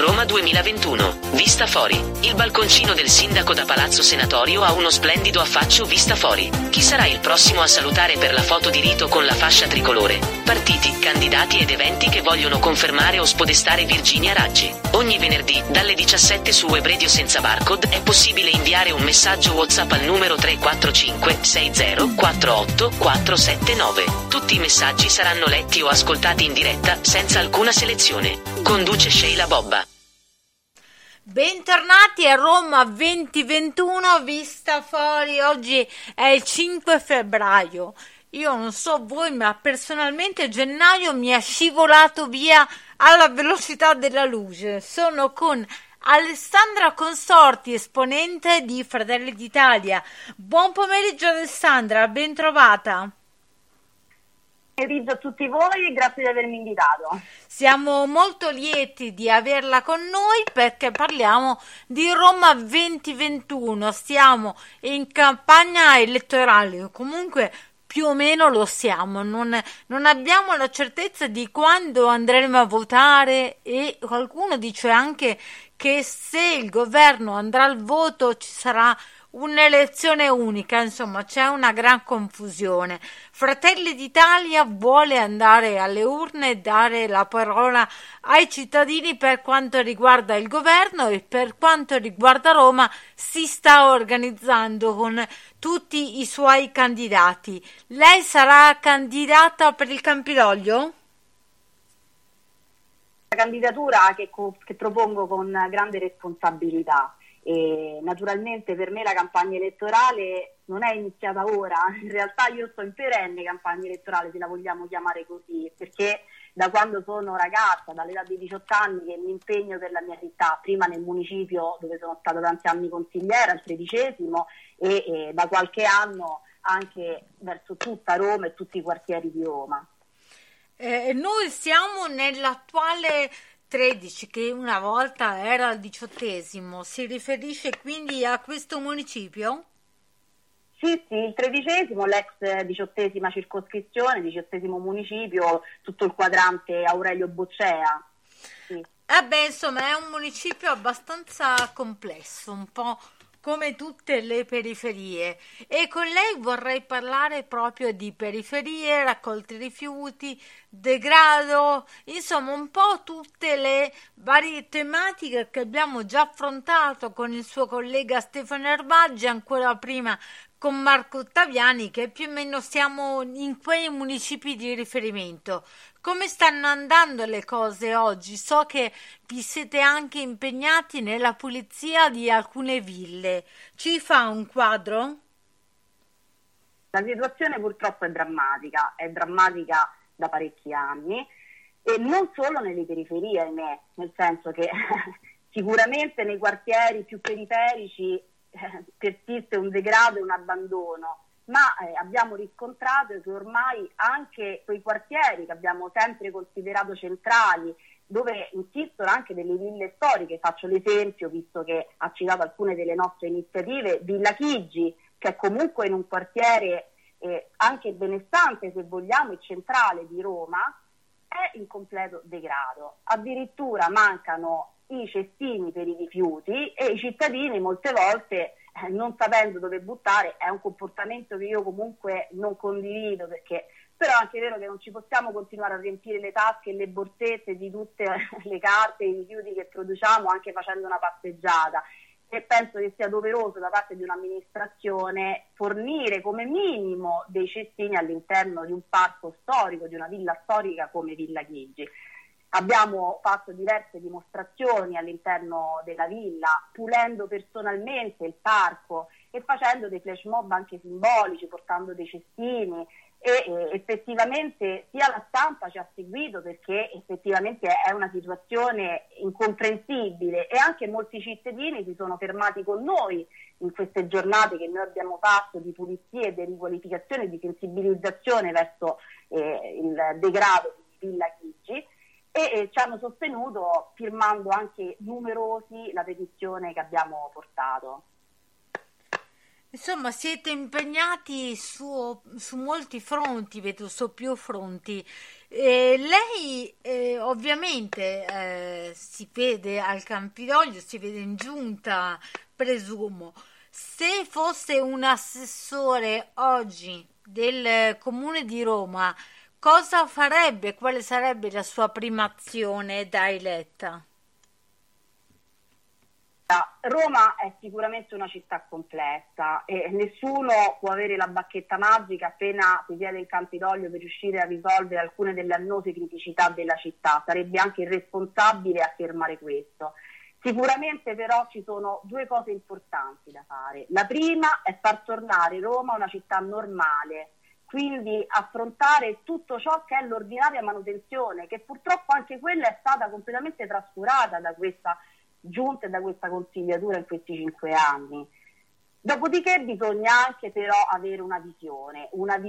Roma 2021. Vista Fori. Il balconcino del sindaco da Palazzo Senatorio ha uno splendido affaccio vista fuori. Chi sarà il prossimo a salutare per la foto di rito con la fascia tricolore? Partiti, candidati ed eventi che vogliono confermare o spodestare Virginia Raggi. Ogni venerdì, dalle 17 su Web Radio senza barcode, è possibile inviare un messaggio WhatsApp al numero 345 60 48 479. Tutti i messaggi saranno letti o ascoltati in diretta, senza alcuna selezione. Conduce Sheila Bobba. Bentornati a Roma 2021, Vista Fuori. Oggi è il 5 febbraio. Io non so voi, ma personalmente gennaio mi è scivolato via alla velocità della luce. Sono con Alessandra Consorti, esponente di Fratelli d'Italia. Buon pomeriggio Alessandra, ben trovata. Buon pomeriggio a tutti voi e grazie di avermi invitato. Siamo molto lieti di averla con noi perché parliamo di Roma 2021. Stiamo in campagna elettorale, comunque più o meno lo siamo, non abbiamo la certezza di quando andremo a votare e qualcuno dice anche che se il governo andrà al voto ci sarà un'elezione unica, insomma c'è una gran confusione. Fratelli d'Italia vuole andare alle urne e dare la parola ai cittadini per quanto riguarda il governo e per quanto riguarda Roma si sta organizzando con tutti i suoi candidati. Lei sarà candidata per il Campidoglio? La candidatura che propongo con grande responsabilità. E naturalmente per me la campagna elettorale non è iniziata ora, in realtà io sto in perenne campagna elettorale, se la vogliamo chiamare così, perché da quando sono ragazza, dall'età di 18 anni, che mi impegno per la mia città, prima nel municipio dove sono stata tanti anni consigliera, al 13° e da qualche anno anche verso tutta Roma e tutti i quartieri di Roma. Noi siamo nell'attuale 13, che una volta era il 18°, si riferisce quindi a questo municipio? Sì, il 13°, l'ex 18ª circoscrizione, 18° municipio, tutto il quadrante Aurelio Boccea. Sì. Insomma è un municipio abbastanza complesso, un po' come tutte le periferie, e con lei vorrei parlare proprio di periferie, raccolti rifiuti, degrado, insomma un po' tutte le varie tematiche che abbiamo già affrontato con il suo collega Stefano Erbaggi, ancora prima con Marco Ottaviani, che più o meno siamo in quei municipi di riferimento. Come stanno andando le cose oggi? So che vi siete anche impegnati nella pulizia di alcune ville. Ci fa un quadro? La situazione purtroppo è drammatica da parecchi anni e non solo nelle periferie, ahimè, nel senso che sicuramente nei quartieri più periferici persiste un degrado e un abbandono, ma abbiamo riscontrato che ormai anche quei quartieri che abbiamo sempre considerato centrali, dove insistono anche delle ville storiche, faccio l'esempio, visto che ha citato alcune delle nostre iniziative, Villa Chigi, che è comunque in un quartiere anche benestante, se vogliamo, e centrale di Roma, è in completo degrado. Addirittura mancano i cestini per i rifiuti e i cittadini molte volte non sapendo dove buttare. È un comportamento che io comunque non condivido, perché però è anche vero che non ci possiamo continuare a riempire le tasche e le borsette di tutte le carte e i rifiuti che produciamo anche facendo una passeggiata, e penso che sia doveroso da parte di un'amministrazione fornire come minimo dei cestini all'interno di un parco storico, di una villa storica come Villa Chigi. Abbiamo fatto diverse dimostrazioni all'interno della villa, pulendo personalmente il parco e facendo dei flash mob anche simbolici, portando dei cestini, e effettivamente sia la stampa ci ha seguito, perché effettivamente è una situazione incomprensibile, e anche molti cittadini si sono fermati con noi in queste giornate che noi abbiamo fatto di pulizia e di riqualificazione e di sensibilizzazione verso il degrado di Villa Chigi, e ci hanno sostenuto firmando anche numerosi la petizione che abbiamo portato. Insomma, siete impegnati su molti fronti, vedo, su più fronti. Lei, ho ovviamente si vede al Campidoglio, si vede in giunta, presumo. Se fosse un assessore oggi del Comune di Roma, cosa farebbe? Quale sarebbe la sua prima azione da eletta? Roma è sicuramente una città complessa e nessuno può avere la bacchetta magica appena si siede in Campidoglio per riuscire a risolvere alcune delle annose criticità della città. Sarebbe anche irresponsabile affermare questo. Sicuramente però ci sono due cose importanti da fare. La prima è far tornare Roma una città normale, quindi affrontare tutto ciò che è l'ordinaria manutenzione, che purtroppo anche quella è stata completamente trascurata da questa giunta e da questa consigliatura in questi 5 anni. Dopodiché bisogna anche però avere una visione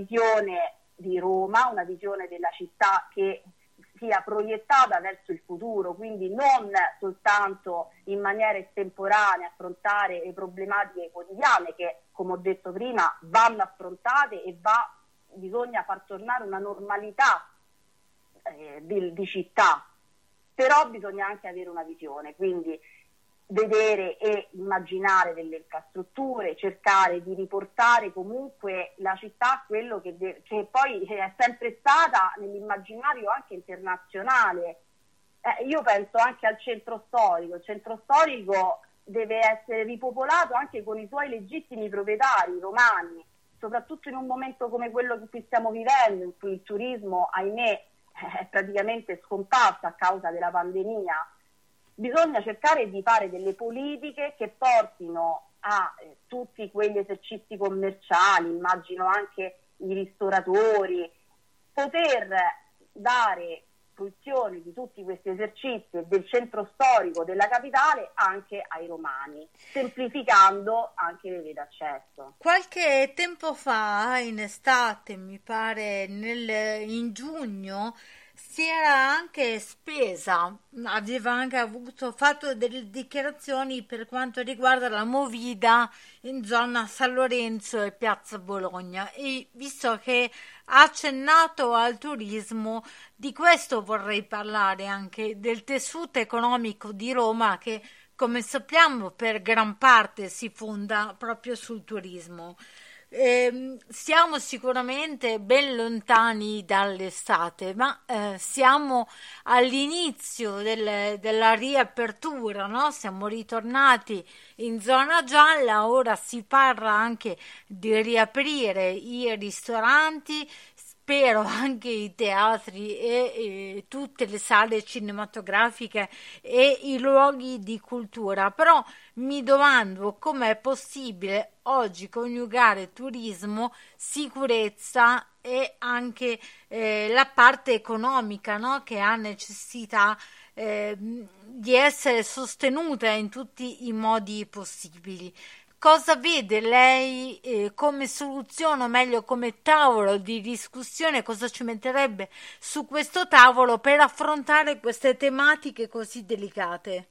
di Roma, una visione della città che sia proiettata verso il futuro, quindi non soltanto in maniera estemporanea affrontare le problematiche quotidiane che, come ho detto prima, vanno affrontate e bisogna far tornare una normalità di città. Però bisogna anche avere una visione, quindi vedere e immaginare delle infrastrutture, cercare di riportare comunque la città a quello che poi è sempre stata nell'immaginario anche internazionale. Io penso anche al centro storico. Il centro storico deve essere ripopolato anche con i suoi legittimi proprietari romani, soprattutto in un momento come quello che qui stiamo vivendo, in cui il turismo, ahimè, è praticamente scomparso a causa della pandemia. Bisogna cercare di fare delle politiche che portino a tutti quegli esercizi commerciali, immagino anche i ristoratori, poter dare fruizione di tutti questi esercizi e del centro storico della capitale anche ai romani, semplificando anche le vie d'accesso. Qualche tempo fa, in estate, mi pare in giugno, si era anche spesa, aveva anche fatto delle dichiarazioni per quanto riguarda la movida in zona San Lorenzo e Piazza Bologna, e visto che ha accennato al turismo, di questo vorrei parlare, anche del tessuto economico di Roma che, come sappiamo, per gran parte si fonda proprio sul turismo. Siamo sicuramente ben lontani dall'estate, ma siamo all'inizio della riapertura, no? Siamo ritornati in zona gialla, ora si parla anche di riaprire i ristoranti, spero anche i teatri e tutte le sale cinematografiche e i luoghi di cultura, però mi domando com'è possibile oggi coniugare turismo, sicurezza e anche la parte economica, no? Che ha necessità di essere sostenuta in tutti i modi possibili. Cosa vede lei come soluzione, o meglio come tavolo di discussione? Cosa ci metterebbe su questo tavolo per affrontare queste tematiche così delicate?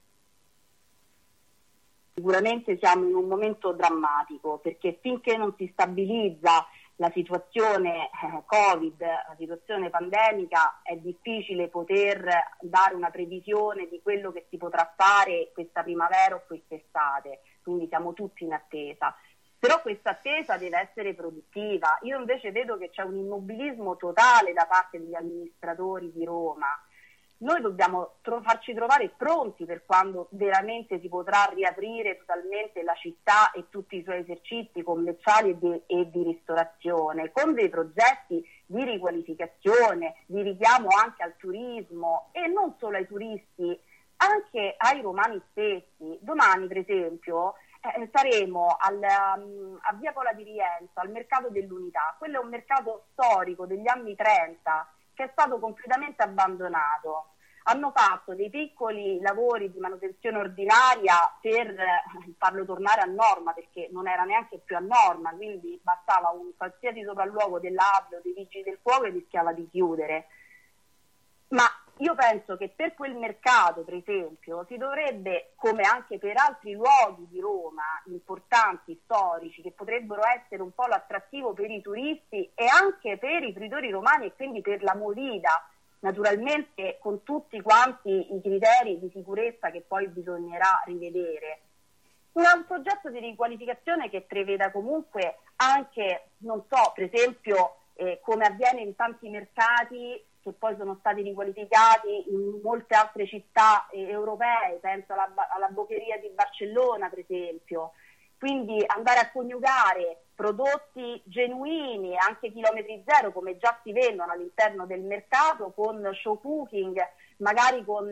Sicuramente siamo in un momento drammatico, perché finché non si stabilizza la situazione Covid, la situazione pandemica, è difficile poter dare una previsione di quello che si potrà fare questa primavera o quest'estate, quindi siamo tutti in attesa. Però questa attesa deve essere produttiva. Io invece vedo che c'è un immobilismo totale da parte degli amministratori di Roma. Noi dobbiamo farci trovare pronti per quando veramente si potrà riaprire totalmente la città e tutti i suoi esercizi commerciali e di ristorazione, con dei progetti di riqualificazione, di richiamo anche al turismo, e non solo ai turisti, anche ai romani stessi. Domani, per esempio, saremo a Via Cola di Rienzo, al Mercato dell'Unità. Quello è un mercato storico degli anni 30 che è stato completamente abbandonato. Hanno fatto dei piccoli lavori di manutenzione ordinaria per farlo tornare a norma, perché non era neanche più a norma, quindi bastava un qualsiasi sopralluogo dell'ASL o dei vigili del fuoco e rischiava di chiudere. Ma io penso che per quel mercato, per esempio, si dovrebbe, come anche per altri luoghi di Roma importanti, storici, che potrebbero essere un po' l'attrattivo per i turisti e anche per i fruitori romani e quindi per la movida, naturalmente con tutti quanti i criteri di sicurezza che poi bisognerà rivedere. Un progetto di riqualificazione che preveda comunque anche, non so, per esempio come avviene in tanti mercati che poi sono stati riqualificati in molte altre città europee, penso alla Bocheria di Barcellona per esempio. Quindi andare a coniugare prodotti genuini, anche chilometri zero, come già si vendono all'interno del mercato, con show cooking, magari con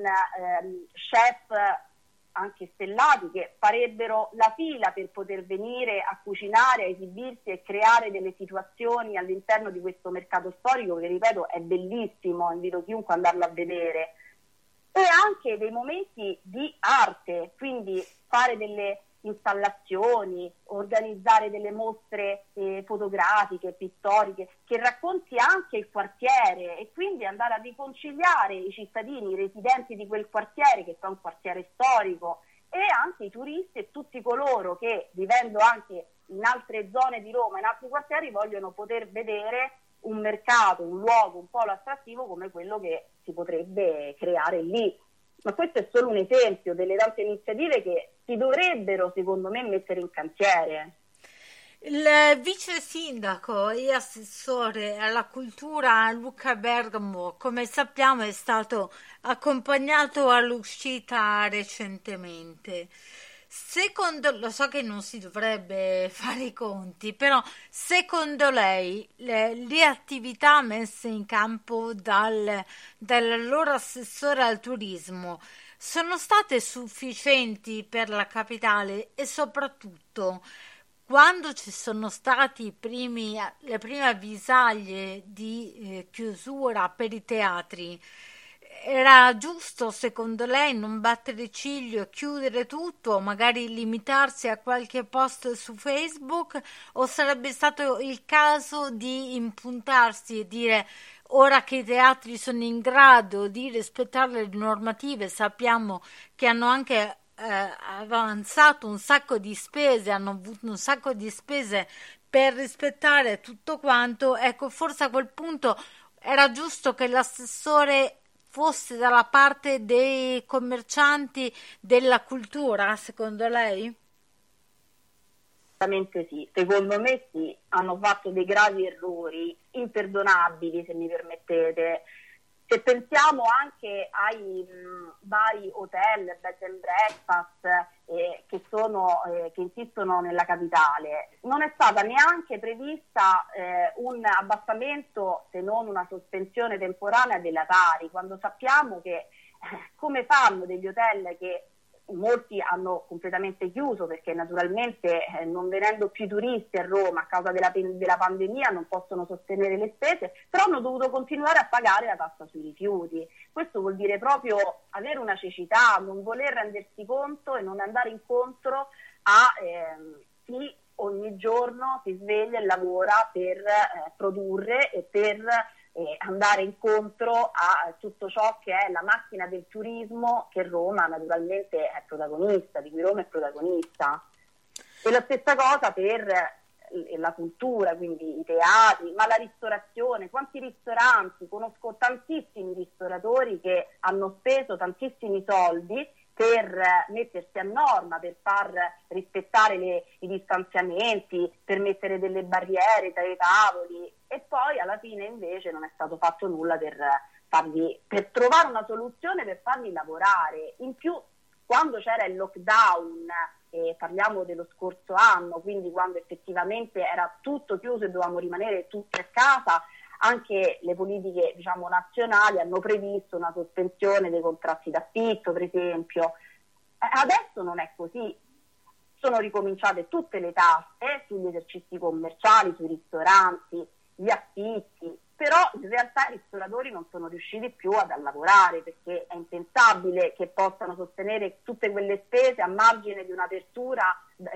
chef anche stellati che farebbero la fila per poter venire a cucinare, a esibirsi e creare delle situazioni all'interno di questo mercato storico che, ripeto, è bellissimo, invito chiunque ad andarlo a vedere. E anche dei momenti di arte, quindi fare delle installazioni, organizzare delle mostre fotografiche, pittoriche, che racconti anche il quartiere e quindi andare a riconciliare i cittadini, i residenti di quel quartiere, che è un quartiere storico, e anche i turisti e tutti coloro che, vivendo anche in altre zone di Roma, in altri quartieri, vogliono poter vedere un mercato, un luogo, un polo attrattivo come quello che si potrebbe creare lì. Ma questo è solo un esempio delle tante iniziative che si dovrebbero, secondo me, mettere in cantiere. Il vice sindaco e assessore alla cultura Luca Bergamo, come sappiamo, è stato accompagnato all'uscita recentemente. Lo so che non si dovrebbe fare i conti, però secondo lei le attività messe in campo dall'allora assessore al turismo sono state sufficienti per la capitale e soprattutto quando ci sono stati le prime avvisaglie di chiusura per i teatri? Era giusto, secondo lei, non battere ciglio, chiudere tutto, magari limitarsi a qualche post su Facebook, o sarebbe stato il caso di impuntarsi e dire: ora che i teatri sono in grado di rispettare le normative, sappiamo che hanno anche avanzato un sacco di spese, hanno avuto un sacco di spese per rispettare tutto quanto, ecco, forse a quel punto era giusto che l'assessore fosse dalla parte dei commercianti della cultura, secondo lei? Assolutamente sì, secondo me sì, hanno fatto dei gravi errori, imperdonabili se mi permettete. Se pensiamo anche ai vari hotel, bed and breakfast che insistono nella capitale, non è stata neanche prevista un abbassamento, se non una sospensione temporanea della Tari, quando sappiamo che come fanno degli hotel che molti hanno completamente chiuso perché naturalmente non venendo più turisti a Roma a causa della pandemia non possono sostenere le spese, però hanno dovuto continuare a pagare la tassa sui rifiuti. Questo vuol dire proprio avere una cecità, non voler rendersi conto e non andare incontro a chi ogni giorno si sveglia e lavora per produrre e per andare incontro a tutto ciò che è la macchina del turismo che Roma naturalmente è protagonista, di cui Roma è protagonista. E la stessa cosa per la cultura, quindi i teatri, ma la ristorazione, quanti ristoranti, conosco tantissimi ristoratori che hanno speso tantissimi soldi per mettersi a norma, per far rispettare i distanziamenti, per mettere delle barriere tra i tavoli, e poi alla fine invece non è stato fatto nulla per trovare una soluzione per farli lavorare. In più, quando c'era il lockdown, parliamo dello scorso anno, quindi quando effettivamente era tutto chiuso e dovevamo rimanere tutti a casa, anche le politiche, diciamo, nazionali hanno previsto una sospensione dei contratti d'affitto, per esempio. Adesso non è così. Sono ricominciate tutte le tasse sugli esercizi commerciali, sui ristoranti, gli affitti, però in realtà i ristoratori non sono riusciti più a lavorare perché è impensabile che possano sostenere tutte quelle spese a margine di un'apertura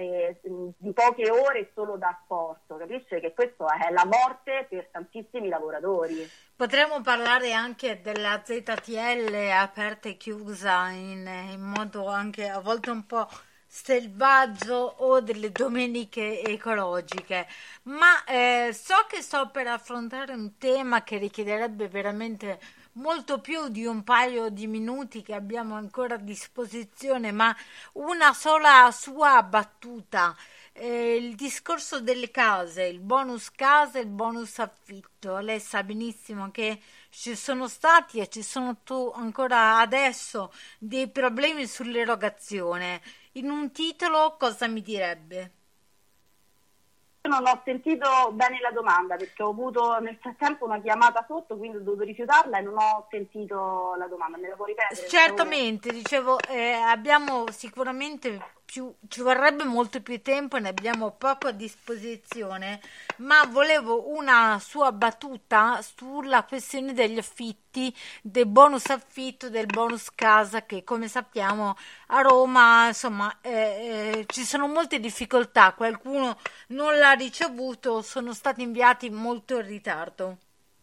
di poche ore solo da asporto. Capisce che questo è la morte per tantissimi lavoratori. Potremmo parlare anche della ZTL aperta e chiusa in modo anche a volte un po' selvaggio, o delle domeniche ecologiche, ma so che sto per affrontare un tema che richiederebbe veramente molto più di un paio di minuti che abbiamo ancora a disposizione, ma una sola sua battuta. Il discorso delle case, il bonus casa e il bonus affitto. Lei sa benissimo che ci sono stati e ci sono ancora adesso dei problemi sull'erogazione. In un titolo cosa mi direbbe? Non ho sentito bene la domanda perché ho avuto nel frattempo una chiamata sotto, quindi ho dovuto rifiutarla e non ho sentito la domanda. Me la può ripetere? Certamente, dicevo, abbiamo sicuramente ci vorrebbe molto più tempo, ne abbiamo poco a disposizione, ma volevo una sua battuta sulla questione degli affitti, del bonus affitto, del bonus casa, che come sappiamo a Roma, insomma, ci sono molte difficoltà, qualcuno non l'ha ricevuto, sono stati inviati molto in ritardo.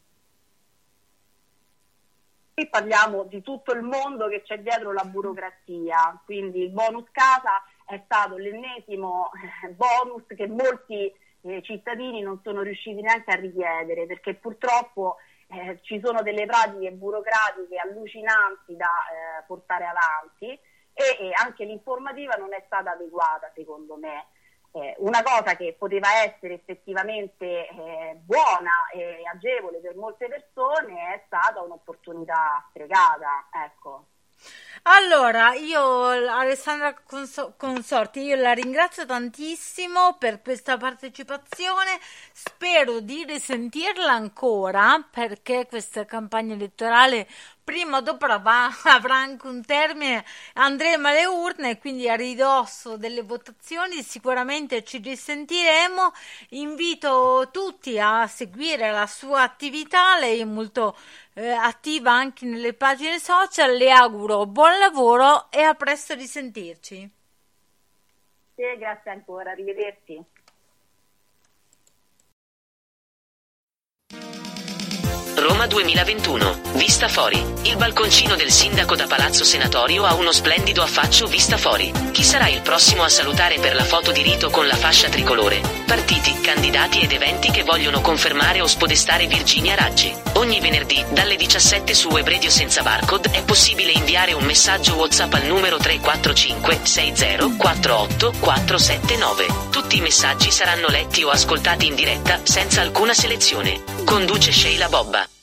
Qui parliamo di tutto il mondo che c'è dietro la burocrazia, quindi il bonus casa è stato l'ennesimo bonus che molti cittadini non sono riusciti neanche a richiedere, perché purtroppo ci sono delle pratiche burocratiche allucinanti da portare avanti e anche l'informativa non è stata adeguata, secondo me. Una cosa che poteva essere effettivamente buona e agevole per molte persone è stata un'opportunità sprecata, ecco. Allora, io Alessandra Consorti, io la ringrazio tantissimo per questa partecipazione, spero di risentirla ancora perché questa campagna elettorale prima o dopo avrà anche un termine, andremo alle urne, quindi a ridosso delle votazioni sicuramente ci risentiremo. Invito tutti a seguire la sua attività, lei è molto attiva anche nelle pagine social, le auguro buon lavoro e a presto risentirci. Sì, grazie ancora, arrivederci. Roma 2021. Vista fuori. Il balconcino del sindaco da Palazzo Senatorio ha uno splendido affaccio vista fuori. Chi sarà il prossimo a salutare per la foto di rito con la fascia tricolore? Partiti, candidati ed eventi che vogliono confermare o spodestare Virginia Raggi. Ogni venerdì, dalle 17 su Web Radio senza barcode, è possibile inviare un messaggio WhatsApp al numero 345 60 48 479. Tutti i messaggi saranno letti o ascoltati in diretta, senza alcuna selezione. Conduce Sheila Bobba.